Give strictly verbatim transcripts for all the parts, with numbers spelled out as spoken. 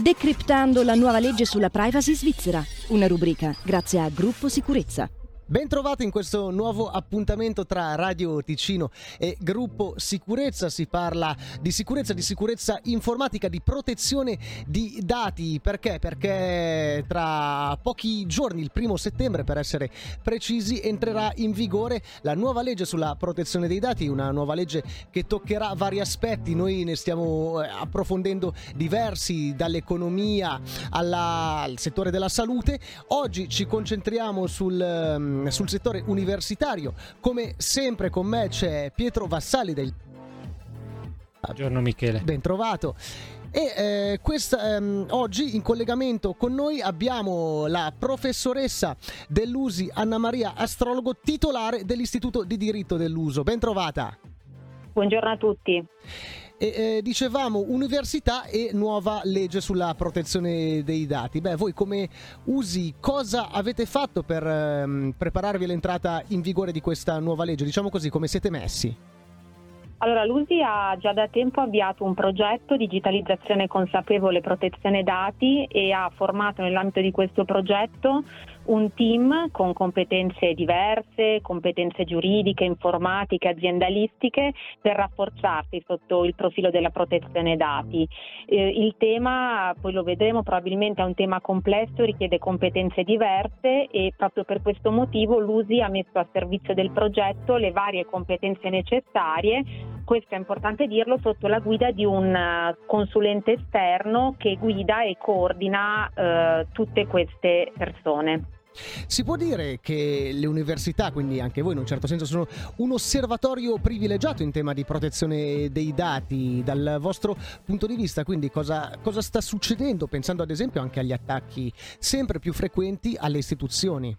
Decriptando la nuova legge sulla privacy svizzera, una rubrica grazie a Gruppo Sicurezza. Ben trovati in questo nuovo appuntamento tra Radio Ticino e Gruppo Sicurezza. Si parla di sicurezza, di sicurezza informatica, di protezione di dati. Perché? Perché tra pochi giorni, il primo settembre per essere precisi, entrerà in vigore la nuova legge sulla protezione dei dati, una nuova legge che toccherà vari aspetti. Noi ne stiamo approfondendo diversi, dall'economia alla, al settore della salute. Oggi ci concentriamo sul sul settore universitario. Come sempre con me c'è Pietro Vassalli del... Buongiorno Michele. Ben trovato. E eh, questa, ehm, oggi in collegamento con noi abbiamo la professoressa dell'U S I Anna Maria Astrologo, titolare dell'Istituto di Diritto dell'Uso. Ben trovata. Buongiorno a tutti. E, eh, dicevamo università e nuova legge sulla protezione dei dati. Beh, voi come U S I cosa avete fatto per ehm, prepararvi all'entrata in vigore di questa nuova legge? Diciamo così, come siete messi? Allora, l'U S I ha già da tempo avviato un progetto digitalizzazione consapevole protezione dati e ha formato nell'ambito di questo progetto un team con competenze diverse, competenze giuridiche, informatiche, aziendalistiche, per rafforzarsi sotto il profilo della protezione dati. Eh, il tema, poi lo vedremo, probabilmente è un tema complesso, richiede competenze diverse e proprio per questo motivo l'U S I ha messo a servizio del progetto le varie competenze necessarie. Questo è importante dirlo, sotto la guida di un consulente esterno che guida e coordina eh, tutte queste persone. Si può dire che le università, quindi anche voi in un certo senso, sono un osservatorio privilegiato in tema di protezione dei dati dal vostro punto di vista? Quindi cosa, cosa sta succedendo, pensando ad esempio anche agli attacchi sempre più frequenti alle istituzioni?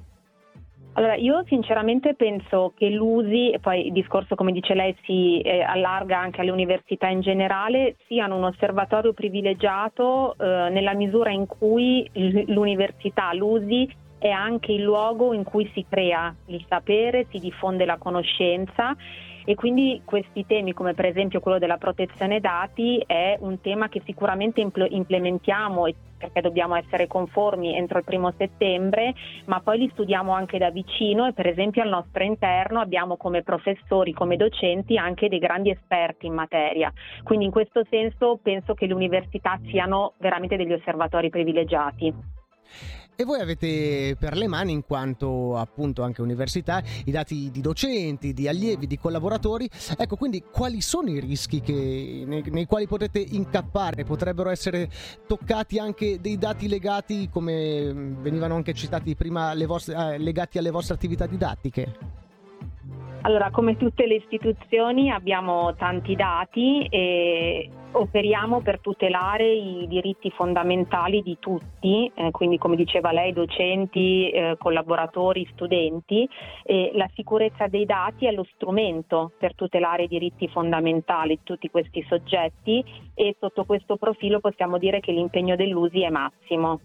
Allora, io sinceramente penso che l'U S I, e poi il discorso come dice lei si eh, allarga anche alle università in generale, siano un osservatorio privilegiato eh, nella misura in cui l'università, l'U S I, è anche il luogo in cui si crea il sapere, si diffonde la conoscenza. E quindi questi temi, come per esempio quello della protezione dati, è un tema che sicuramente impl- implementiamo perché dobbiamo essere conformi entro il primo settembre, ma poi li studiamo anche da vicino e per esempio al nostro interno abbiamo come professori, come docenti anche dei grandi esperti in materia. Quindi in questo senso penso che le università siano veramente degli osservatori privilegiati. E voi avete per le mani, in quanto appunto anche università, i dati di docenti, di allievi, di collaboratori. Ecco, quindi quali sono i rischi che, nei, nei quali potete incappare? Potrebbero essere toccati anche dei dati legati, come venivano anche citati prima, le vostre, eh, legati alle vostre attività didattiche? Allora, come tutte le istituzioni abbiamo tanti dati e operiamo per tutelare i diritti fondamentali di tutti, eh, quindi come diceva lei, docenti, eh, collaboratori, studenti. E la sicurezza dei dati è lo strumento per tutelare i diritti fondamentali di tutti questi soggetti e sotto questo profilo possiamo dire che l'impegno dell'U S I è massimo.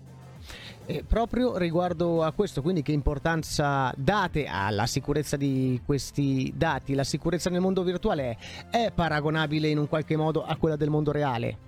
E proprio riguardo a questo, quindi che importanza date alla sicurezza di questi dati? La sicurezza nel mondo virtuale è, è paragonabile in un qualche modo a quella del mondo reale?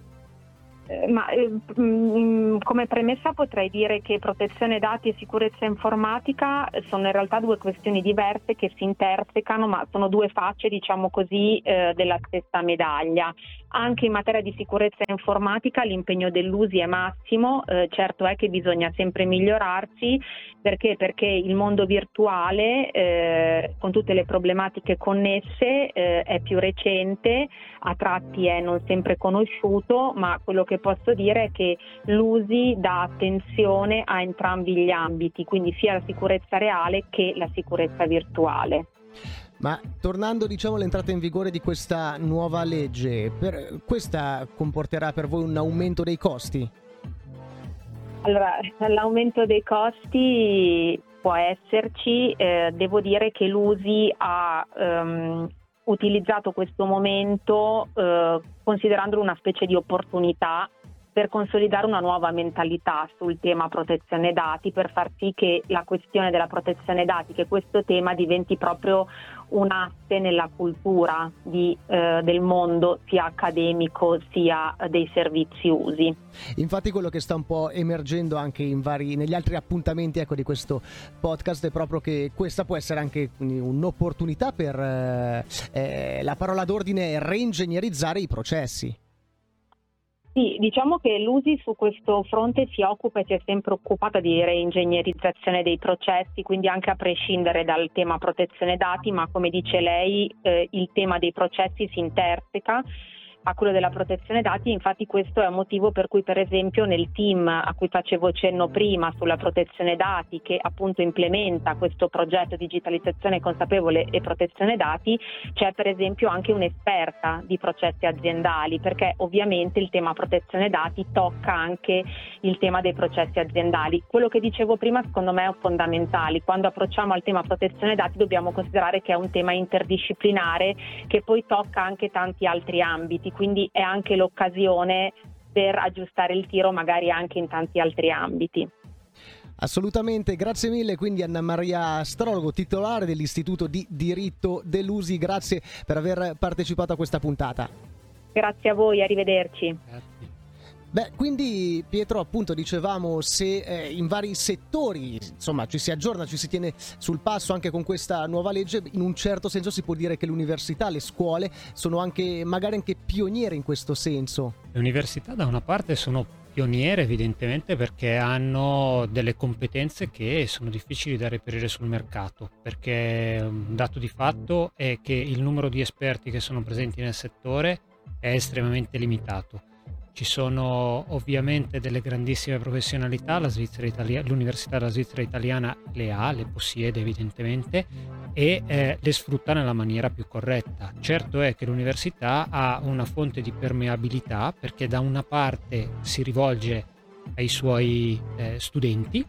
Ma eh, mh, come premessa potrei dire che protezione dati e sicurezza informatica sono in realtà due questioni diverse che si intersecano, ma sono due facce, diciamo così, eh, della stessa medaglia. Anche in materia di sicurezza informatica l'impegno dell'U S I è massimo, eh, certo è che bisogna sempre migliorarsi. Perché? Perché il mondo virtuale, eh, con tutte le problematiche connesse, eh, è più recente, a tratti è non sempre conosciuto, ma quello che posso dire è che l'U S I dà attenzione a entrambi gli ambiti, quindi sia la sicurezza reale che la sicurezza virtuale. Ma tornando, diciamo, all'entrata in vigore di questa nuova legge, per, questa comporterà per voi un aumento dei costi? Allora, l'aumento dei costi può esserci, eh, devo dire che l'U S I ha ehm, utilizzato questo momento eh, considerandolo una specie di opportunità per consolidare una nuova mentalità sul tema protezione dati, per far sì che la questione della protezione dati, che questo tema diventi proprio un asse nella cultura di, eh, del mondo sia accademico sia dei servizi usi. Infatti quello che sta un po' emergendo anche in vari, negli altri appuntamenti, ecco, di questo podcast è proprio che questa può essere anche un'opportunità per eh, eh, la parola d'ordine è reingegnerizzare i processi. Sì, diciamo che l'U S I su questo fronte si occupa e si è sempre occupata di reingegnerizzazione dei processi, quindi anche a prescindere dal tema protezione dati, ma come dice lei eh, il tema dei processi si interseca a quello della protezione dati. Infatti questo è un motivo per cui per esempio nel team a cui facevo cenno prima sulla protezione dati, che appunto implementa questo progetto digitalizzazione consapevole e protezione dati, c'è per esempio anche un'esperta di processi aziendali, perché ovviamente il tema protezione dati tocca anche il tema dei processi aziendali. Quello che dicevo prima secondo me è fondamentale: quando approcciamo al tema protezione dati dobbiamo considerare che è un tema interdisciplinare che poi tocca anche tanti altri ambiti, quindi è anche l'occasione per aggiustare il tiro magari anche in tanti altri ambiti. Assolutamente, grazie mille quindi Anna Maria Astrologo, titolare dell'Istituto di Diritto dell'U S I, grazie per aver partecipato a questa puntata. Grazie a voi, arrivederci. Grazie. Beh, quindi Pietro, appunto dicevamo, se eh, in vari settori insomma ci si aggiorna, ci si tiene sul passo anche con questa nuova legge, in un certo senso si può dire che l'università, le scuole sono anche magari anche pioniere in questo senso. Le università da una parte sono pioniere evidentemente perché hanno delle competenze che sono difficili da reperire sul mercato, perché un dato di fatto è che il numero di esperti che sono presenti nel settore è estremamente limitato. Ci sono ovviamente delle grandissime professionalità, la Svizzera Italia- l'Università della Svizzera Italiana le ha, le possiede evidentemente e eh, le sfrutta nella maniera più corretta. Certo è che l'università ha una fonte di permeabilità perché da una parte si rivolge ai suoi eh, studenti,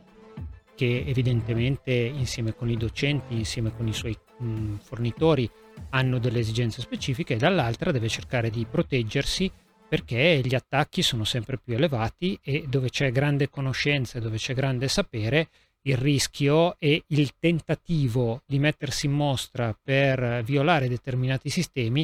che evidentemente insieme con i docenti, insieme con i suoi mh, fornitori hanno delle esigenze specifiche, e dall'altra deve cercare di proteggersi perché gli attacchi sono sempre più elevati e dove c'è grande conoscenza, dove c'è grande sapere, il rischio e il tentativo di mettersi in mostra per violare determinati sistemi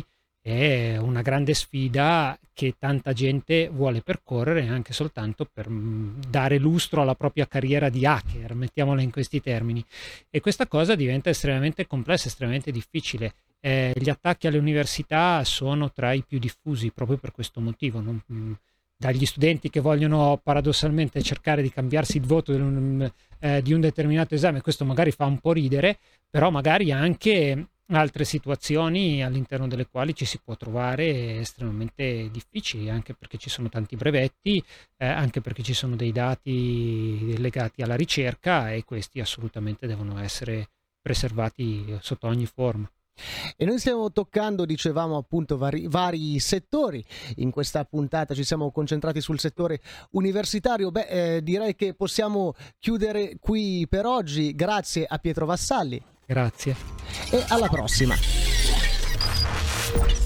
è una grande sfida che tanta gente vuole percorrere anche soltanto per dare lustro alla propria carriera di hacker, mettiamola in questi termini. E questa cosa diventa estremamente complessa, estremamente difficile. Eh, gli attacchi alle università sono tra i più diffusi proprio per questo motivo, non, mh, dagli studenti che vogliono paradossalmente cercare di cambiarsi il voto un, eh, di un determinato esame, questo magari fa un po' ridere, però magari anche altre situazioni all'interno delle quali ci si può trovare estremamente difficili, anche perché ci sono tanti brevetti, eh, anche perché ci sono dei dati legati alla ricerca e questi assolutamente devono essere preservati sotto ogni forma. E noi stiamo toccando, dicevamo appunto, vari, vari settori. In questa puntata ci siamo concentrati sul settore universitario. Beh, eh, direi che possiamo chiudere qui per oggi. Grazie a Pietro Vassalli. Grazie. E alla prossima.